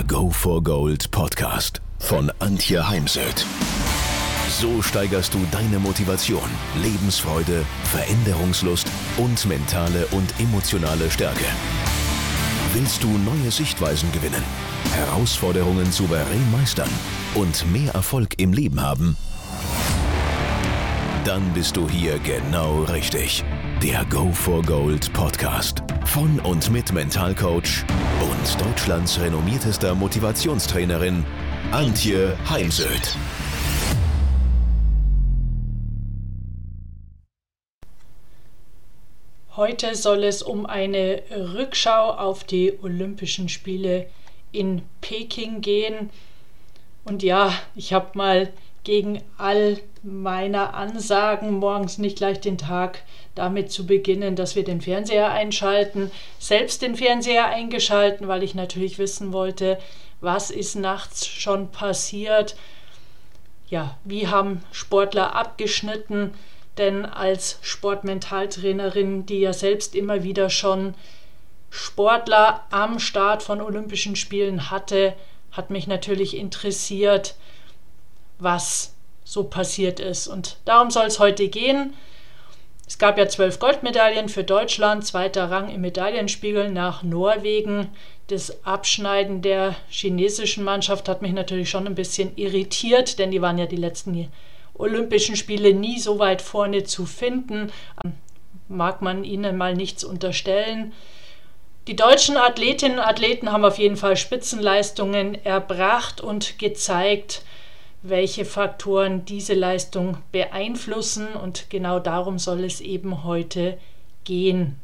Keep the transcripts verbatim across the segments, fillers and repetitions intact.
Go for Gold Podcast von Antje Heimsöth. So steigerst du deine Motivation, Lebensfreude, Veränderungslust und mentale und emotionale Stärke. Willst du neue Sichtweisen gewinnen, Herausforderungen souverän meistern und mehr Erfolg im Leben haben? Dann bist du hier genau richtig. Der Go for Gold Podcast von und mit Mentalcoach und Deutschlands renommiertester Motivationstrainerin Antje Heimsöth. Heute soll es um eine Rückschau auf die Olympischen Spiele in Peking gehen. Und ja, ich habe mal gegen all meiner Ansagen, morgens nicht gleich den Tag damit zu beginnen, dass wir den Fernseher einschalten, selbst den Fernseher eingeschalten, weil ich natürlich wissen wollte, was ist nachts schon passiert. Ja, wie haben Sportler abgeschnitten? Denn als Sportmentaltrainerin, die ja selbst immer wieder schon Sportler am Start von Olympischen Spielen hatte, hat mich natürlich interessiert, was so passiert ist. Und darum soll es heute gehen. Es gab ja zwölf Goldmedaillen für Deutschland, zweiter Rang im Medaillenspiegel nach Norwegen. Das Abschneiden der chinesischen Mannschaft hat mich natürlich schon ein bisschen irritiert, denn die waren ja die letzten Olympischen Spiele nie so weit vorne zu finden. Mag man ihnen mal nichts unterstellen. Die deutschen Athletinnen und Athleten haben auf jeden Fall Spitzenleistungen erbracht und gezeigt, welche Faktoren diese Leistung beeinflussen, und genau darum soll es eben heute gehen.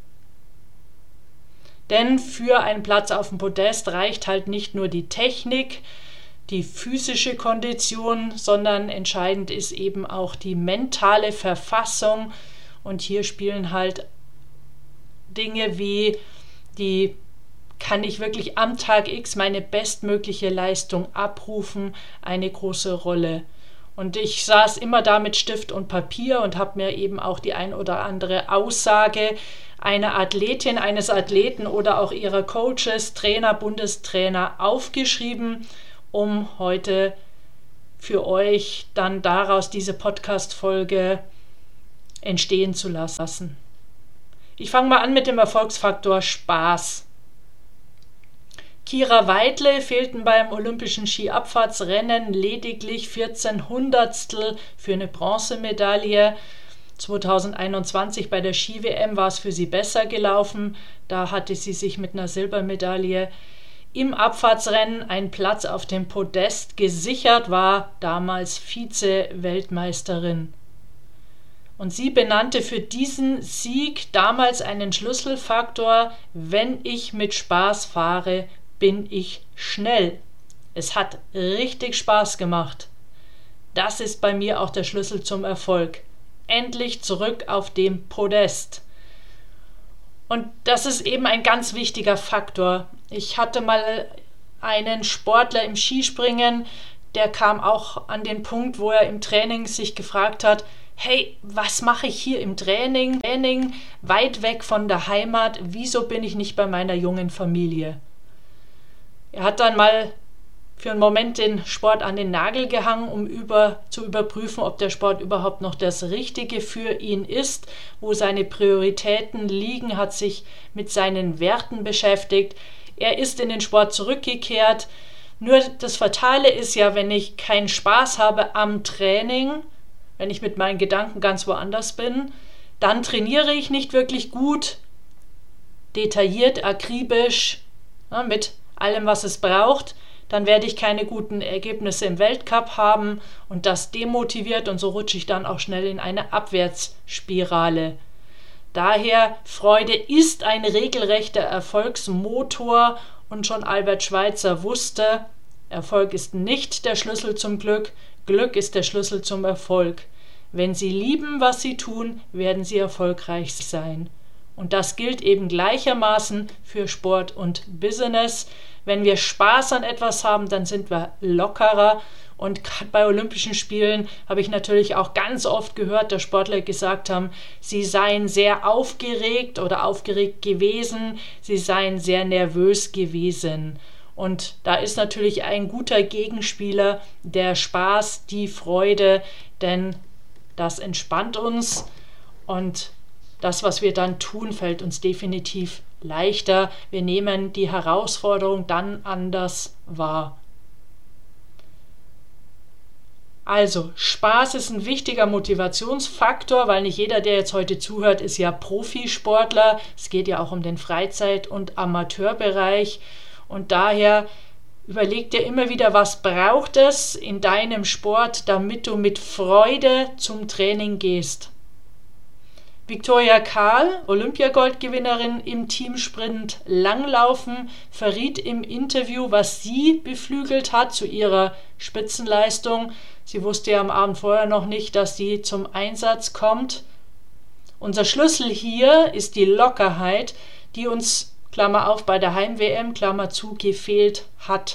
Denn für einen Platz auf dem Podest reicht halt nicht nur die Technik, die physische Kondition, sondern entscheidend ist eben auch die mentale Verfassung, und hier spielen halt Dinge wie die kann ich wirklich am Tag X meine bestmögliche Leistung abrufen, eine große Rolle. Und ich saß immer da mit Stift und Papier und habe mir eben auch die ein oder andere Aussage einer Athletin, eines Athleten oder auch ihrer Coaches, Trainer, Bundestrainer aufgeschrieben, um heute für euch dann daraus diese Podcast-Folge entstehen zu lassen. Ich fange mal an mit dem Erfolgsfaktor Spaß. Kira Weidle fehlten beim Olympischen Skiabfahrtsrennen lediglich vierzehn Hundertstel für eine Bronzemedaille. zweitausendeinundzwanzig bei der Ski-W M war es für sie besser gelaufen. Da hatte sie sich mit einer Silbermedaille im Abfahrtsrennen einen Platz auf dem Podest gesichert, war damals Vize-Weltmeisterin. Und sie benannte für diesen Sieg damals einen Schlüsselfaktor: wenn ich mit Spaß fahre, bin ich schnell. Es hat richtig Spaß gemacht. Das ist bei mir auch der Schlüssel zum Erfolg. Endlich zurück auf dem Podest. Und das ist eben ein ganz wichtiger Faktor. Ich hatte mal einen Sportler im Skispringen, der kam auch an den Punkt, wo er im Training sich gefragt hat: Hey, was mache ich hier im Training? Training weit weg von der Heimat, wieso bin ich nicht bei meiner jungen Familie? Er hat dann mal für einen Moment den Sport an den Nagel gehangen, um über, zu überprüfen, ob der Sport überhaupt noch das Richtige für ihn ist, wo seine Prioritäten liegen, hat sich mit seinen Werten beschäftigt. Er ist in den Sport zurückgekehrt. Nur das Fatale ist ja, wenn ich keinen Spaß habe am Training, wenn ich mit meinen Gedanken ganz woanders bin, dann trainiere ich nicht wirklich gut, detailliert, akribisch, ja, mit allem, was es braucht. Dann werde ich keine guten Ergebnisse im Weltcup haben, und das demotiviert, und so rutsche ich dann auch schnell in eine Abwärtsspirale. Daher, Freude ist ein regelrechter Erfolgsmotor, und schon Albert Schweitzer wusste, Erfolg ist nicht der Schlüssel zum Glück, Glück ist der Schlüssel zum Erfolg. Wenn Sie lieben, was Sie tun, werden Sie erfolgreich sein. Und das gilt eben gleichermaßen für Sport und Business. Wenn wir Spaß an etwas haben, dann sind wir lockerer. Und gerade bei Olympischen Spielen habe ich natürlich auch ganz oft gehört, dass Sportler gesagt haben, sie seien sehr aufgeregt oder aufgeregt gewesen, sie seien sehr nervös gewesen. Und da ist natürlich ein guter Gegenspieler der Spaß, die Freude, denn das entspannt uns und das, was wir dann tun, fällt uns definitiv leichter. Wir nehmen die Herausforderung dann anders wahr. Also, Spaß ist ein wichtiger Motivationsfaktor, weil nicht jeder, der jetzt heute zuhört, ist ja Profisportler. Es geht ja auch um den Freizeit- und Amateurbereich. Und daher überleg dir immer wieder, was braucht es in deinem Sport, damit du mit Freude zum Training gehst. Viktoria Karl, Olympiagoldgewinnerin im Teamsprint Langlaufen, verriet im Interview, was sie beflügelt hat zu ihrer Spitzenleistung. Sie wusste ja am Abend vorher noch nicht, dass sie zum Einsatz kommt. Unser Schlüssel hier ist die Lockerheit, die uns, Klammer auf, bei der Heim-W M, Klammer zu, gefehlt hat.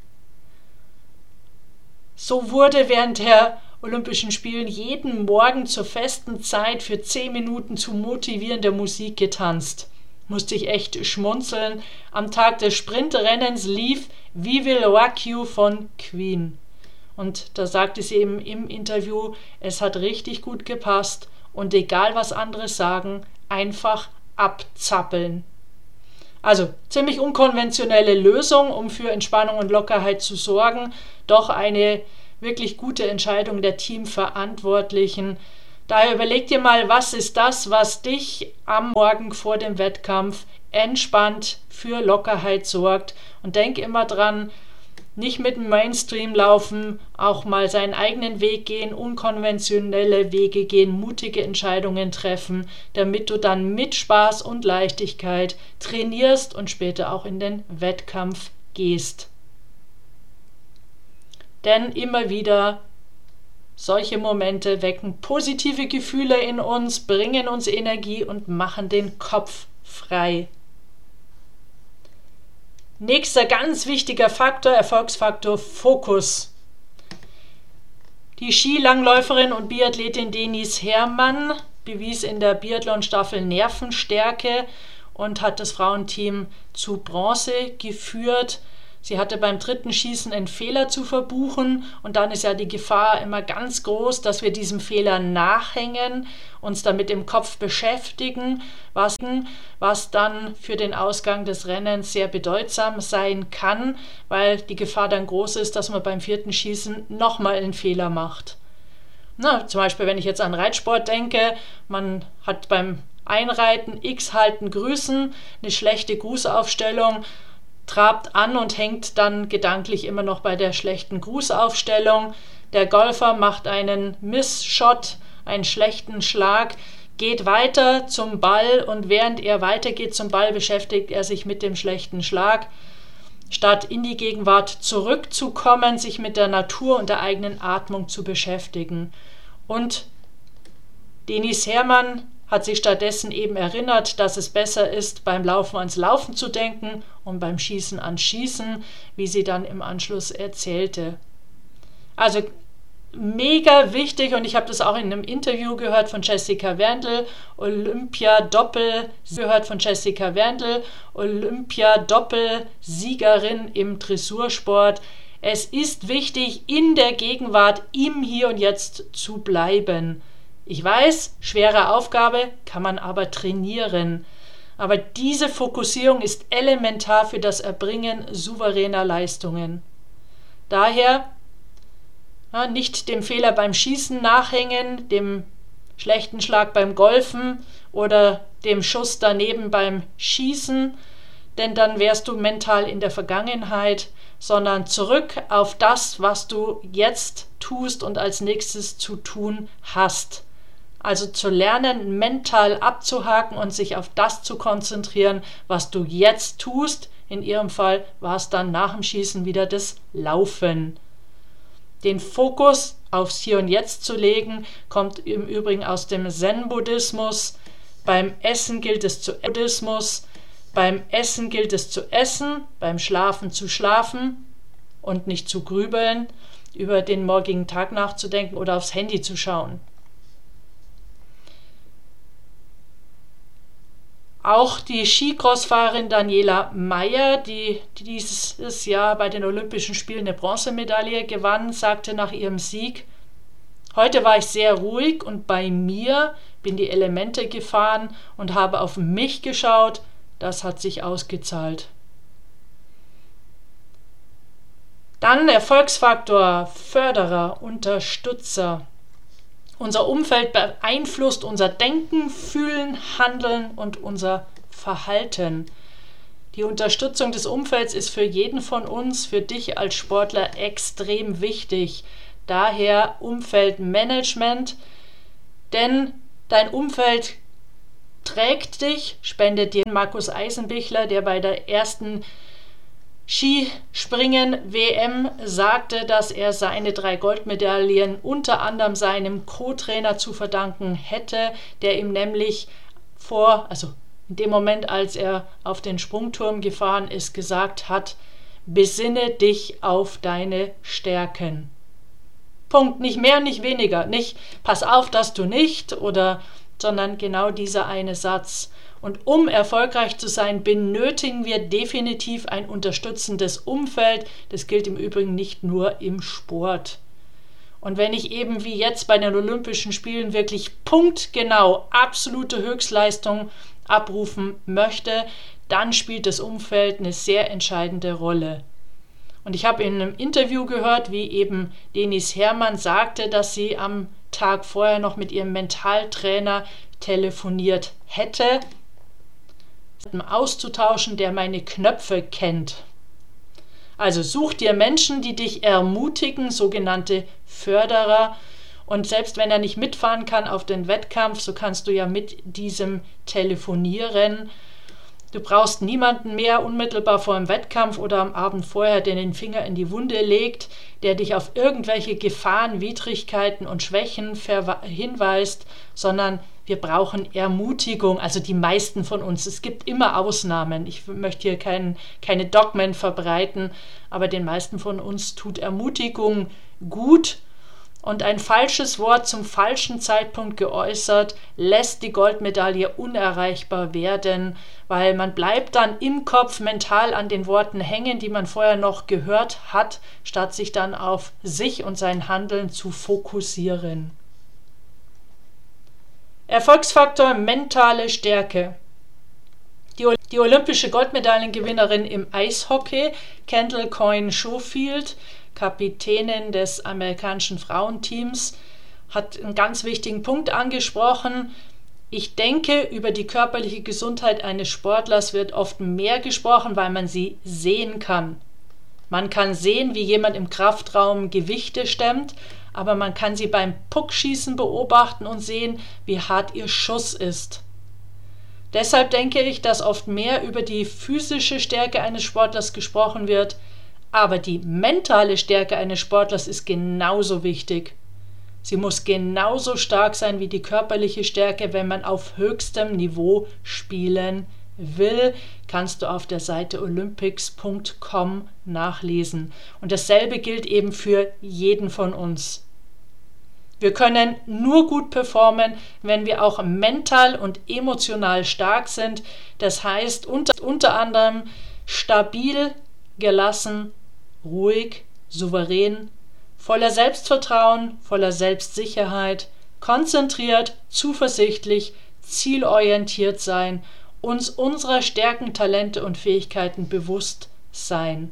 So wurde während der Olympischen Spielen jeden Morgen zur festen Zeit für zehn Minuten zu motivierender Musik getanzt. Musste ich echt schmunzeln. Am Tag des Sprintrennens lief We Will Rock You von Queen. Und da sagte sie eben im Interview, es hat richtig gut gepasst und egal was andere sagen, einfach abzappeln. Also ziemlich unkonventionelle Lösung, um für Entspannung und Lockerheit zu sorgen, doch eine wirklich gute Entscheidung der Teamverantwortlichen. Daher überleg dir mal, was ist das, was dich am Morgen vor dem Wettkampf entspannt für Lockerheit sorgt. Und denk immer dran, nicht mit dem Mainstream laufen, auch mal seinen eigenen Weg gehen, unkonventionelle Wege gehen, mutige Entscheidungen treffen, damit du dann mit Spaß und Leichtigkeit trainierst und später auch in den Wettkampf gehst. Denn immer wieder solche Momente wecken positive Gefühle in uns, bringen uns Energie und machen den Kopf frei. Nächster ganz wichtiger Faktor, Erfolgsfaktor, Fokus. Die Skilangläuferin und Biathletin Denise Herrmann bewies in der Biathlon-Staffel Nervenstärke und hat das Frauenteam zu Bronze geführt. Sie hatte beim dritten Schießen einen Fehler zu verbuchen und dann ist ja die Gefahr immer ganz groß, dass wir diesem Fehler nachhängen, uns damit im Kopf beschäftigen, was, was dann für den Ausgang des Rennens sehr bedeutsam sein kann, weil die Gefahr dann groß ist, dass man beim vierten Schießen nochmal einen Fehler macht. Na, zum Beispiel, wenn ich jetzt an Reitsport denke, man hat beim Einreiten X halten, grüßen, eine schlechte Grußaufstellung, trabt an und hängt dann gedanklich immer noch bei der schlechten Grußaufstellung. Der Golfer macht einen Miss-Shot, einen schlechten Schlag, geht weiter zum Ball und während er weitergeht zum Ball, beschäftigt er sich mit dem schlechten Schlag. Statt in die Gegenwart zurückzukommen, sich mit der Natur und der eigenen Atmung zu beschäftigen. Und Denise Herrmann hat sich stattdessen eben erinnert, dass es besser ist, beim Laufen ans Laufen zu denken und beim Schießen ans Schießen, wie sie dann im Anschluss erzählte. Also mega wichtig, und ich habe das auch in einem Interview gehört von Jessica Wendl, Olympia-Doppel, gehört von Jessica Wendl, Olympia-Doppelsiegerin im Dressursport. Es ist wichtig, in der Gegenwart, im Hier und Jetzt zu bleiben. Ich weiß, schwere Aufgabe, kann man aber trainieren. Aber diese Fokussierung ist elementar für das Erbringen souveräner Leistungen. Daher ja, nicht dem Fehler beim Schießen nachhängen, dem schlechten Schlag beim Golfen oder dem Schuss daneben beim Schießen, denn dann wärst du mental in der Vergangenheit, sondern zurück auf das, was du jetzt tust und als nächstes zu tun hast. Also zu lernen, mental abzuhaken und sich auf das zu konzentrieren, was du jetzt tust. In ihrem Fall war es dann nach dem Schießen wieder das Laufen. Den Fokus aufs Hier und Jetzt zu legen, kommt im Übrigen aus dem Zen-Buddhismus. Beim Essen gilt es zu Buddhismus. Beim Essen gilt es zu essen, beim Schlafen zu schlafen und nicht zu grübeln, über den morgigen Tag nachzudenken oder aufs Handy zu schauen. Auch die Skicrossfahrerin Daniela Mayer, die dieses Jahr bei den Olympischen Spielen eine Bronzemedaille gewann, sagte nach ihrem Sieg: Heute war ich sehr ruhig und bei mir, bin die Elemente gefahren und habe auf mich geschaut. Das hat sich ausgezahlt. Dann Erfolgsfaktor, Förderer, Unterstützer. Unser Umfeld beeinflusst unser Denken, Fühlen, Handeln und unser Verhalten. Die Unterstützung des Umfelds ist für jeden von uns, für dich als Sportler extrem wichtig. Daher Umfeldmanagement, denn dein Umfeld trägt dich, spendet dir. Markus Eisenbichler, der bei der ersten Skispringen-W M sagte, dass er seine drei Goldmedaillen unter anderem seinem Co-Trainer zu verdanken hätte, der ihm nämlich vor, also in dem Moment, als er auf den Sprungturm gefahren ist, gesagt hat: Besinne dich auf deine Stärken. Punkt, nicht mehr, nicht weniger, nicht pass auf, dass du nicht, oder, sondern genau dieser eine Satz. Und um erfolgreich zu sein, benötigen wir definitiv ein unterstützendes Umfeld. Das gilt im Übrigen nicht nur im Sport. Und wenn ich eben wie jetzt bei den Olympischen Spielen wirklich punktgenau absolute Höchstleistung abrufen möchte, dann spielt das Umfeld eine sehr entscheidende Rolle. Und ich habe in einem Interview gehört, wie eben Denise Herrmann sagte, dass sie am Tag vorher noch mit ihrem Mentaltrainer telefoniert hätte, auszutauschen, der meine Knöpfe kennt. Also such dir Menschen, die dich ermutigen, sogenannte Förderer. Und selbst wenn er nicht mitfahren kann auf den Wettkampf, so kannst du ja mit diesem telefonieren. Du brauchst niemanden mehr unmittelbar vor dem Wettkampf oder am Abend vorher, der den Finger in die Wunde legt, der dich auf irgendwelche Gefahren, Widrigkeiten und Schwächen hinweist, sondern wir brauchen Ermutigung, also die meisten von uns. Es gibt immer Ausnahmen. Ich möchte hier kein, keine Dogmen verbreiten, aber den meisten von uns tut Ermutigung gut. Und ein falsches Wort zum falschen Zeitpunkt geäußert, lässt die Goldmedaille unerreichbar werden, weil man bleibt dann im Kopf mental an den Worten hängen, die man vorher noch gehört hat, statt sich dann auf sich und sein Handeln zu fokussieren. Erfolgsfaktor mentale Stärke. Die, die olympische Goldmedaillengewinnerin im Eishockey, Kendall Coyne-Schofield, Kapitänin des amerikanischen Frauenteams, hat einen ganz wichtigen Punkt angesprochen. Ich denke, über die körperliche Gesundheit eines Sportlers wird oft mehr gesprochen, weil man sie sehen kann. Man kann sehen, wie jemand im Kraftraum Gewichte stemmt, aber man kann sie beim Puckschießen beobachten und sehen, wie hart ihr Schuss ist. Deshalb denke ich, dass oft mehr über die physische Stärke eines Sportlers gesprochen wird, aber die mentale Stärke eines Sportlers ist genauso wichtig. Sie muss genauso stark sein wie die körperliche Stärke, wenn man auf höchstem Niveau spielen will. Kannst du auf der Seite olympics punkt com nachlesen. Und dasselbe gilt eben für jeden von uns. Wir können nur gut performen, wenn wir auch mental und emotional stark sind. Das heißt unter, unter anderem stabil, gelassen, ruhig, souverän, voller Selbstvertrauen, voller Selbstsicherheit, konzentriert, zuversichtlich, zielorientiert sein, uns unserer Stärken, Talente und Fähigkeiten bewusst sein.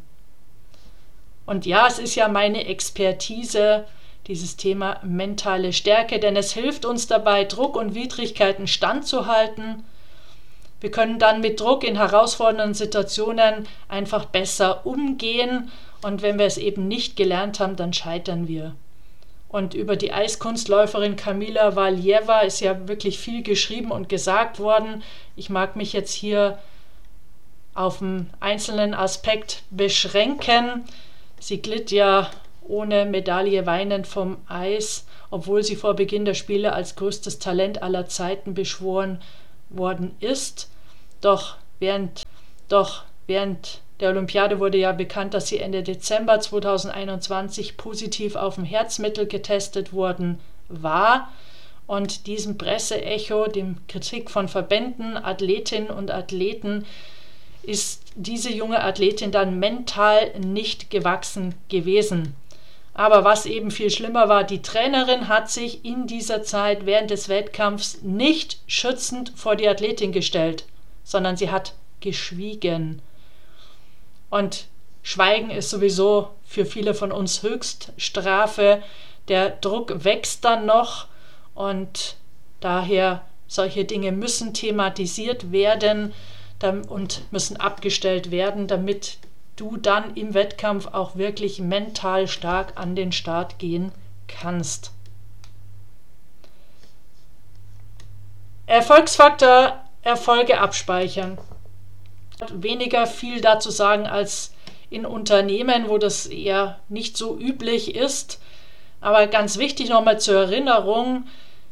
Und ja, es ist ja meine Expertise, dieses Thema mentale Stärke, denn es hilft uns dabei, Druck und Widrigkeiten standzuhalten. Wir können dann mit Druck in herausfordernden Situationen einfach besser umgehen und wenn wir es eben nicht gelernt haben, dann scheitern wir. Und über die Eiskunstläuferin Kamila Valieva ist ja wirklich viel geschrieben und gesagt worden. Ich mag mich jetzt hier auf einen einzelnen Aspekt beschränken. Sie glitt ja ohne Medaille weinend vom Eis, obwohl sie vor Beginn der Spiele als größtes Talent aller Zeiten beschworen worden ist. Doch während, doch während der Olympiade wurde ja bekannt, dass sie Ende Dezember zweitausendeinundzwanzig positiv auf ein Herzmittel getestet worden war. und diesem Presseecho, dem Kritik von Verbänden, Athletinnen und Athleten, ist diese junge Athletin dann mental nicht gewachsen gewesen. Aber was eben viel schlimmer war, die Trainerin hat sich in dieser Zeit während des Wettkampfs nicht schützend vor die Athletin gestellt, sondern sie hat geschwiegen. Und Schweigen ist sowieso für viele von uns Höchststrafe. Der Druck wächst dann noch und daher solche Dinge müssen thematisiert werden und müssen abgestellt werden, damit du dann im Wettkampf auch wirklich mental stark an den Start gehen kannst. Erfolgsfaktor: Erfolge abspeichern. Weniger viel dazu sagen als in Unternehmen, wo das eher nicht so üblich ist. Aber ganz wichtig nochmal zur Erinnerung: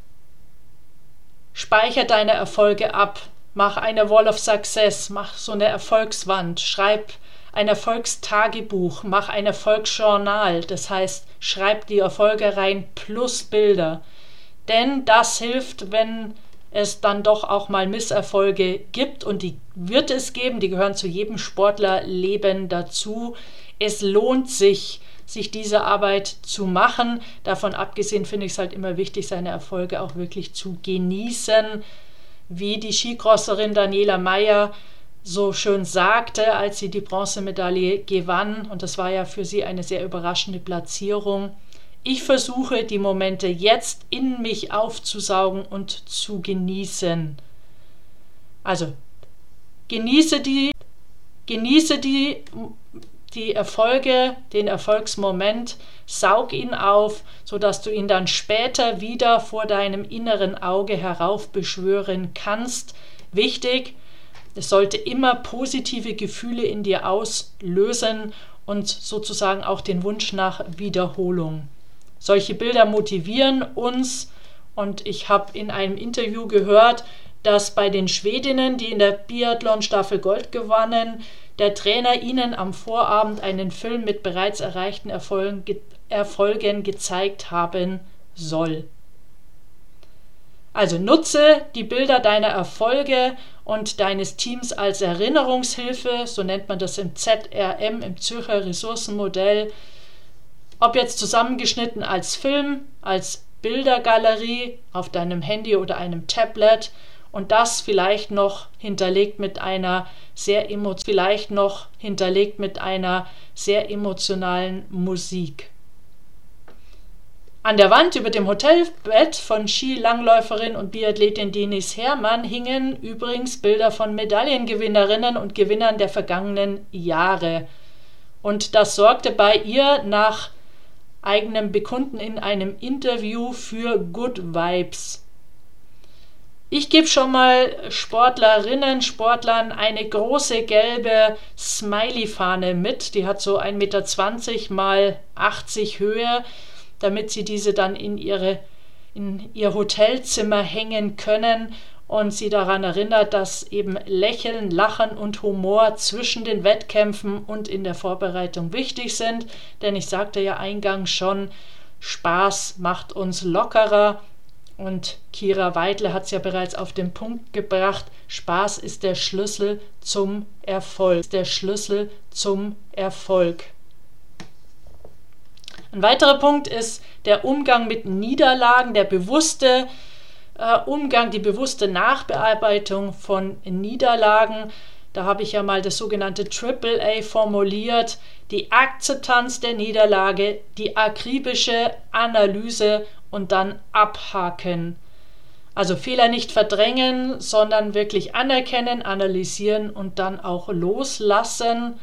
Speicher deine Erfolge ab. Mach eine Wall of Success, mach so eine Erfolgswand, schreib ein Erfolgstagebuch, mach ein Erfolgsjournal. Das heißt, schreib die Erfolge rein plus Bilder. Denn das hilft, wenn es dann doch auch mal Misserfolge gibt, und die wird es geben, die gehören zu jedem Sportlerleben dazu. Es lohnt sich, sich diese Arbeit zu machen. Davon abgesehen finde ich es halt immer wichtig, seine Erfolge auch wirklich zu genießen. Wie die Skicrosserin Daniela Mayer so schön sagte, als sie die Bronzemedaille gewann, und das war ja für sie eine sehr überraschende Platzierung: Ich versuche, die Momente jetzt in mich aufzusaugen und zu genießen. Also, genieße die, genieße die, die Erfolge, den Erfolgsmoment, saug ihn auf, sodass du ihn dann später wieder vor deinem inneren Auge heraufbeschwören kannst. Wichtig: Es sollte immer positive Gefühle in dir auslösen und sozusagen auch den Wunsch nach Wiederholung. Solche Bilder motivieren uns, und ich habe in einem Interview gehört, dass bei den Schwedinnen, die in der Biathlon-Staffel Gold gewannen, der Trainer ihnen am Vorabend einen Film mit bereits erreichten Erfolgen, ge- Erfolgen gezeigt haben soll. Also nutze die Bilder deiner Erfolge und deines Teams als Erinnerungshilfe, so nennt man das im Z R M, im Zürcher Ressourcenmodell. Ob jetzt zusammengeschnitten als Film, als Bildergalerie auf deinem Handy oder einem Tablet, und das vielleicht noch hinterlegt mit einer sehr emo- vielleicht noch hinterlegt mit einer sehr emotionalen Musik. An der Wand über dem Hotelbett von Skilangläuferin und Biathletin Denise Herrmann hingen übrigens Bilder von Medaillengewinnerinnen und Gewinnern der vergangenen Jahre. Und das sorgte bei ihr nach eigenem Bekunden in einem Interview für Good Vibes. Ich gebe schon mal Sportlerinnen, Sportlern eine große gelbe Smiley-Fahne mit. Die hat so ein Meter zwanzig mal achtzig Höhe, damit sie diese dann in, ihre, in ihr Hotelzimmer hängen können und sie daran erinnert, dass eben Lächeln, Lachen und Humor zwischen den Wettkämpfen und in der Vorbereitung wichtig sind. Denn ich sagte ja eingangs schon, Spaß macht uns lockerer. Und Kira Weidle hat es ja bereits auf den Punkt gebracht: Spaß ist der Schlüssel zum Erfolg. Der Schlüssel zum Erfolg. Ein weiterer Punkt ist der Umgang mit Niederlagen, der bewusste äh, Umgang, die bewusste Nachbearbeitung von Niederlagen. Da habe ich ja mal das sogenannte Triple A formuliert: die Akzeptanz der Niederlage, die akribische Analyse und dann abhaken. Also Fehler nicht verdrängen, sondern wirklich anerkennen, analysieren und dann auch loslassen.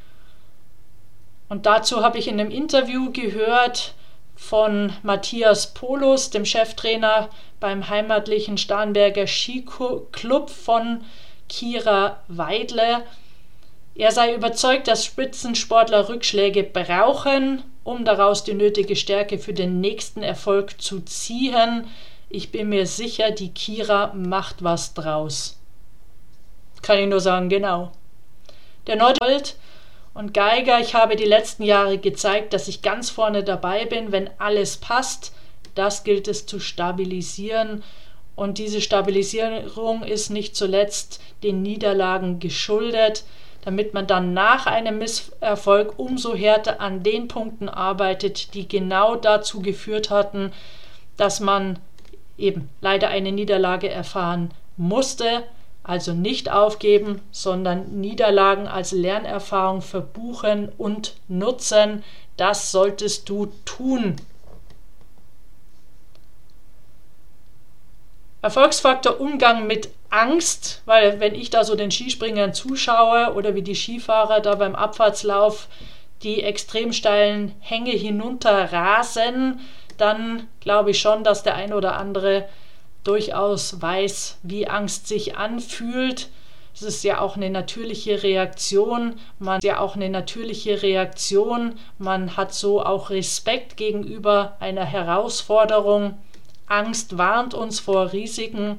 Und dazu habe ich in einem Interview gehört von Matthias Polus, dem Cheftrainer beim heimatlichen Starnberger Skiclub von Kira Weidle. Er sei überzeugt, dass Spitzensportler Rückschläge brauchen, um daraus die nötige Stärke für den nächsten Erfolg zu ziehen. Ich bin mir sicher, die Kira macht was draus. Kann ich nur sagen, genau. Der Nord- und Geiger: Ich habe die letzten Jahre gezeigt, dass ich ganz vorne dabei bin, wenn alles passt. das gilt es zu stabilisieren. Und diese Stabilisierung ist nicht zuletzt den Niederlagen geschuldet, damit man dann nach einem Misserfolg umso härter an den Punkten arbeitet, die genau dazu geführt hatten, dass man eben leider eine Niederlage erfahren musste. Also nicht aufgeben, sondern Niederlagen als Lernerfahrung verbuchen und nutzen. Das solltest du tun. Erfolgsfaktor Umgang mit Angst, weil wenn ich da so den Skispringern zuschaue oder wie die Skifahrer da beim Abfahrtslauf die extrem steilen Hänge hinunter rasen, dann glaube ich schon, dass der ein oder andere durchaus weiß, wie Angst sich anfühlt. Es ist ja auch eine natürliche Reaktion. Man ja auch eine natürliche Reaktion. Man hat so auch Respekt gegenüber einer Herausforderung. Angst warnt uns vor Risiken.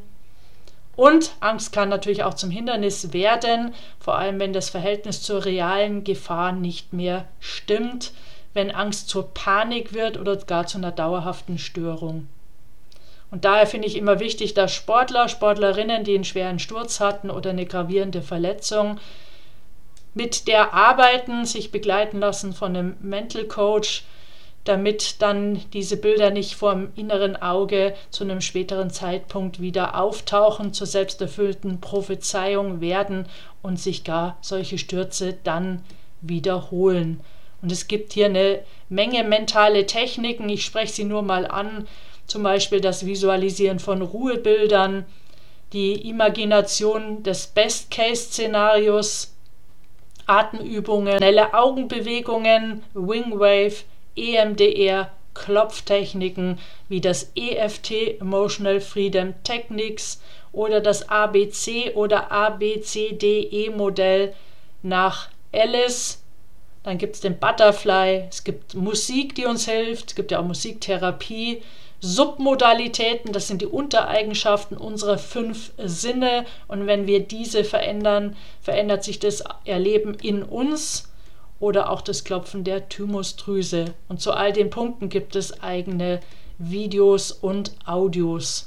Und Angst kann natürlich auch zum Hindernis werden, vor allem wenn das Verhältnis zur realen Gefahr nicht mehr stimmt, wenn Angst zur Panik wird oder gar zu einer dauerhaften Störung. Und daher finde ich immer wichtig, dass Sportler, Sportlerinnen, die einen schweren Sturz hatten oder eine gravierende Verletzung, mit der arbeiten, sich begleiten lassen von einem Mental Coach, damit dann diese Bilder nicht vor dem inneren Auge zu einem späteren Zeitpunkt wieder auftauchen, zur selbsterfüllten Prophezeiung werden und sich gar solche Stürze dann wiederholen. Und es gibt hier eine Menge mentale Techniken, ich spreche sie nur mal an, zum Beispiel das Visualisieren von Ruhebildern, die Imagination des Best-Case-Szenarios, Atemübungen, schnelle Augenbewegungen, Wingwave, E M D R, Klopftechniken wie das E F T, Emotional Freedom Techniques, oder das A B C oder A B C D E-Modell nach Alice. Dann gibt es den Butterfly, es gibt Musik, die uns hilft, es gibt ja auch Musiktherapie, Submodalitäten, das sind die Untereigenschaften unserer fünf Sinne, und wenn wir diese verändern, verändert sich das Erleben in uns oder auch das Klopfen der Thymusdrüse. Und zu all den Punkten gibt es eigene Videos und Audios.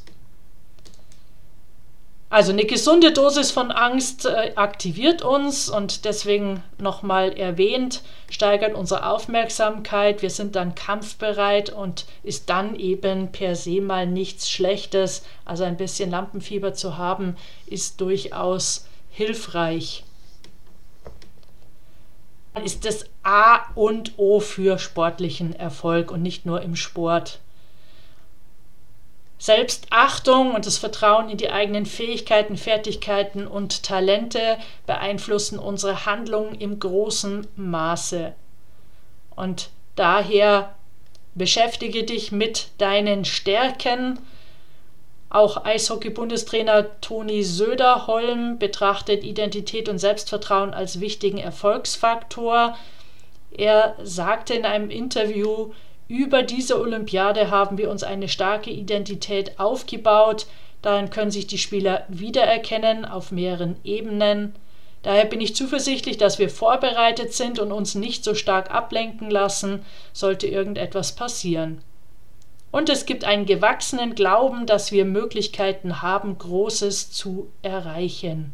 Also eine gesunde Dosis von Angst äh, aktiviert uns und deswegen nochmal erwähnt, steigert unsere Aufmerksamkeit, wir sind dann kampfbereit und ist dann eben per se mal nichts Schlechtes. Also ein bisschen Lampenfieber zu haben, ist durchaus hilfreich. Ist das A und O für sportlichen Erfolg und nicht nur im Sport. Selbstachtung und das Vertrauen in die eigenen Fähigkeiten, Fertigkeiten und Talente beeinflussen unsere Handlungen im großen Maße. Und daher beschäftige dich mit deinen Stärken. Auch Eishockey-Bundestrainer Toni Söderholm betrachtet Identität und Selbstvertrauen als wichtigen Erfolgsfaktor. Er sagte in einem Interview: Über diese Olympiade haben wir uns eine starke Identität aufgebaut. Darin können sich die Spieler wiedererkennen auf mehreren Ebenen. Daher bin ich zuversichtlich, dass wir vorbereitet sind und uns nicht so stark ablenken lassen, sollte irgendetwas passieren. Und es gibt einen gewachsenen Glauben, dass wir Möglichkeiten haben, Großes zu erreichen.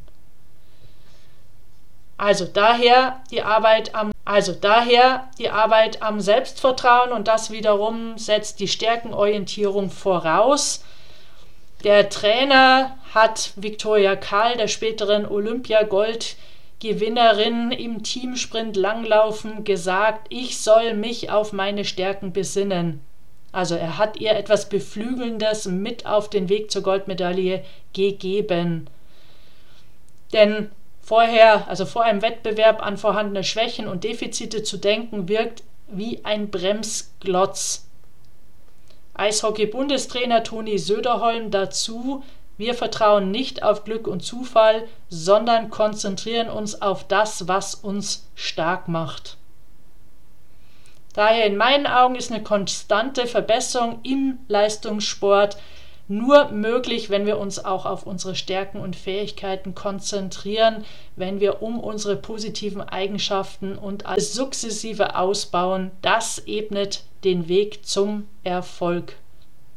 Also daher die Arbeit am Also daher die Arbeit am Selbstvertrauen, und das wiederum setzt die Stärkenorientierung voraus. Der Trainer hat Viktoria Karl, der späteren Olympiagoldgewinnerin im Teamsprint Langlaufen, gesagt: Ich soll mich auf meine Stärken besinnen. Also er hat ihr etwas Beflügelndes mit auf den Weg zur Goldmedaille gegeben. Denn Vorher, also vor einem Wettbewerb an vorhandene Schwächen und Defizite zu denken, wirkt wie ein Bremsklotz. Eishockey-Bundestrainer Toni Söderholm dazu: Wir vertrauen nicht auf Glück und Zufall, sondern konzentrieren uns auf das, was uns stark macht. Daher in meinen Augen ist eine konstante Verbesserung im Leistungssport nur möglich, wenn wir uns auch auf unsere Stärken und Fähigkeiten konzentrieren, wenn wir um unsere positiven Eigenschaften und alles sukzessive ausbauen. Das ebnet den Weg zum Erfolg.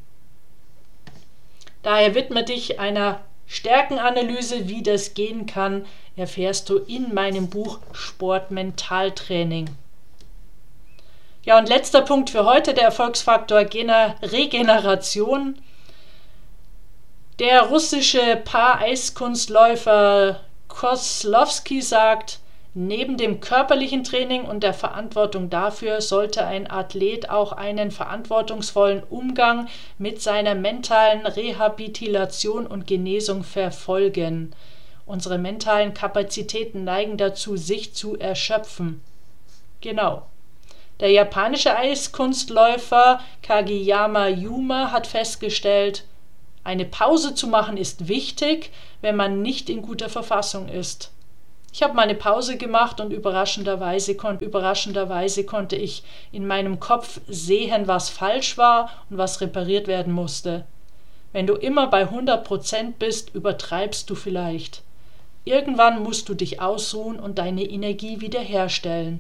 Daher widme dich einer Stärkenanalyse. Wie das gehen kann, erfährst du in meinem Buch Sport-Mental-Training. Ja, und letzter Punkt für heute, der Erfolgsfaktor Regeneration. Der russische Paar-Eiskunstläufer Koslowski sagt, neben dem körperlichen Training und der Verantwortung dafür sollte ein Athlet auch einen verantwortungsvollen Umgang mit seiner mentalen Rehabilitation und Genesung verfolgen. Unsere mentalen Kapazitäten neigen dazu, sich zu erschöpfen. Genau. Der japanische Eiskunstläufer Kageyama Yuma hat festgestellt, eine Pause zu machen ist wichtig, wenn man nicht in guter Verfassung ist. Ich habe mal eine Pause gemacht und überraschenderweise, kon- überraschenderweise konnte ich in meinem Kopf sehen, was falsch war und was repariert werden musste. Wenn du immer bei hundert Prozent bist, übertreibst du vielleicht. Irgendwann musst du dich ausruhen und deine Energie wiederherstellen.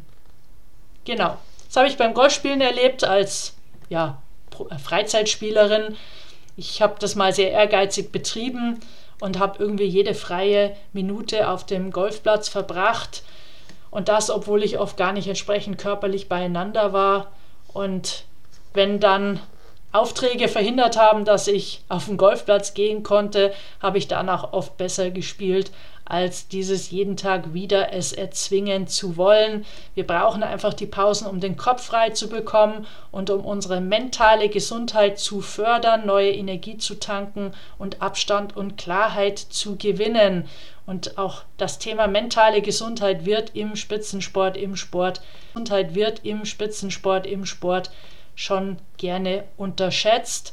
Genau, das habe ich beim Golfspielen erlebt als ja, Freizeitspielerin. Ich habe das mal sehr ehrgeizig betrieben und habe irgendwie jede freie Minute auf dem Golfplatz verbracht. Und das, obwohl ich oft gar nicht entsprechend körperlich beieinander war. Und wenn dann Aufträge verhindert haben, dass ich auf den Golfplatz gehen konnte, habe ich danach oft besser gespielt, als dieses jeden Tag wieder es erzwingen zu wollen. Wir brauchen einfach die Pausen, um den Kopf frei zu bekommen und um unsere mentale Gesundheit zu fördern, neue Energie zu tanken und Abstand und Klarheit zu gewinnen. Und auch das Thema mentale Gesundheit wird im Spitzensport, im Sport, Gesundheit wird im Spitzensport, im Sport schon gerne unterschätzt.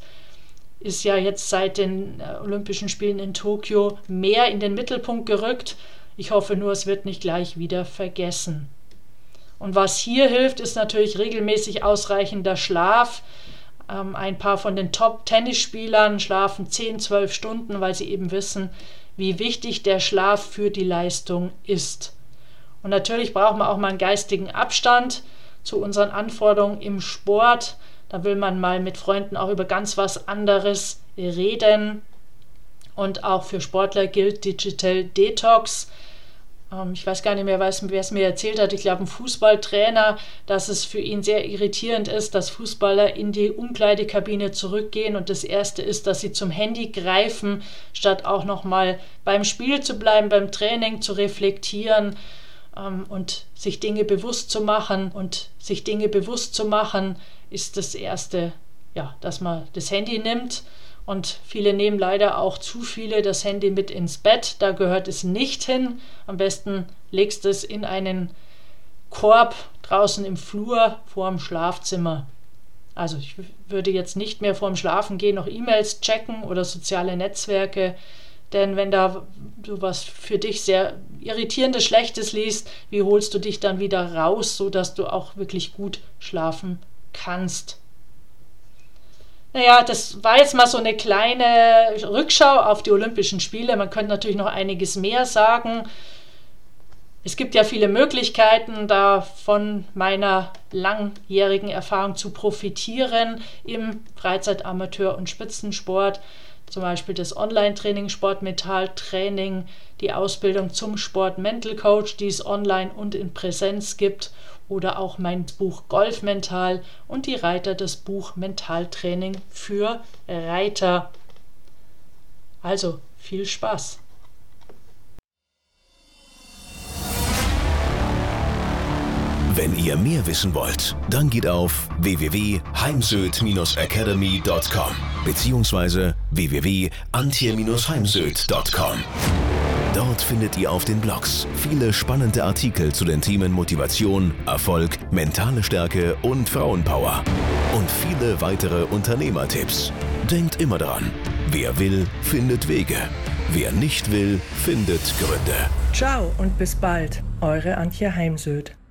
Ist ja jetzt seit den Olympischen Spielen in Tokio mehr in den Mittelpunkt gerückt. Ich hoffe nur, es wird nicht gleich wieder vergessen. Und was hier hilft, ist natürlich regelmäßig ausreichender Schlaf. Ähm, ein paar von den Top-Tennisspielern schlafen zehn, zwölf Stunden, weil sie eben wissen, wie wichtig der Schlaf für die Leistung ist. Und natürlich braucht man auch mal einen geistigen Abstand zu unseren Anforderungen im Sport. Da will man mal mit Freunden auch über ganz was anderes reden. Und auch für Sportler gilt Digital Detox. Ähm, ich weiß gar nicht mehr, wer es mir erzählt hat. Ich glaube, ein Fußballtrainer, dass es für ihn sehr irritierend ist, dass Fußballer in die Umkleidekabine zurückgehen. Und das Erste ist, dass sie zum Handy greifen, statt auch nochmal beim Spiel zu bleiben, beim Training zu reflektieren ähm, und sich Dinge bewusst zu machen. Und sich Dinge bewusst zu machen, ist das Erste, ja, dass man das Handy nimmt. Und viele nehmen leider auch zu viele das Handy mit ins Bett. Da gehört es nicht hin. Am besten legst du es in einen Korb draußen im Flur vorm Schlafzimmer. Also ich würde jetzt nicht mehr vorm Schlafengehen noch E-Mails checken oder soziale Netzwerke. Denn wenn da du was für dich sehr irritierendes, Schlechtes liest, wie holst du dich dann wieder raus, sodass du auch wirklich gut schlafen kannst? Naja, das war jetzt mal so eine kleine Rückschau auf die Olympischen Spiele. Man könnte natürlich noch einiges mehr sagen. Es gibt ja viele Möglichkeiten, da von meiner langjährigen Erfahrung zu profitieren im Freizeit-, Amateur- und Spitzensport. Zum Beispiel das Online-Training, Sport-Mental-Training, die Ausbildung zum Sport-Mental-Coach, die es online und in Präsenz gibt. Oder auch mein Buch Golf Mental und die Reiter das Buch Mentaltraining für Reiter. Also viel Spaß! Wenn ihr mehr wissen wollt, dann geht auf w w w punkt heimsöd academy punkt com beziehungsweise w w w punkt antje heimsöd punkt com. Dort findet ihr auf den Blogs viele spannende Artikel zu den Themen Motivation, Erfolg, mentale Stärke und Frauenpower. Und viele weitere Unternehmertipps. Denkt immer daran, wer will, findet Wege. Wer nicht will, findet Gründe. Ciao und bis bald, eure Antje Heimsöd.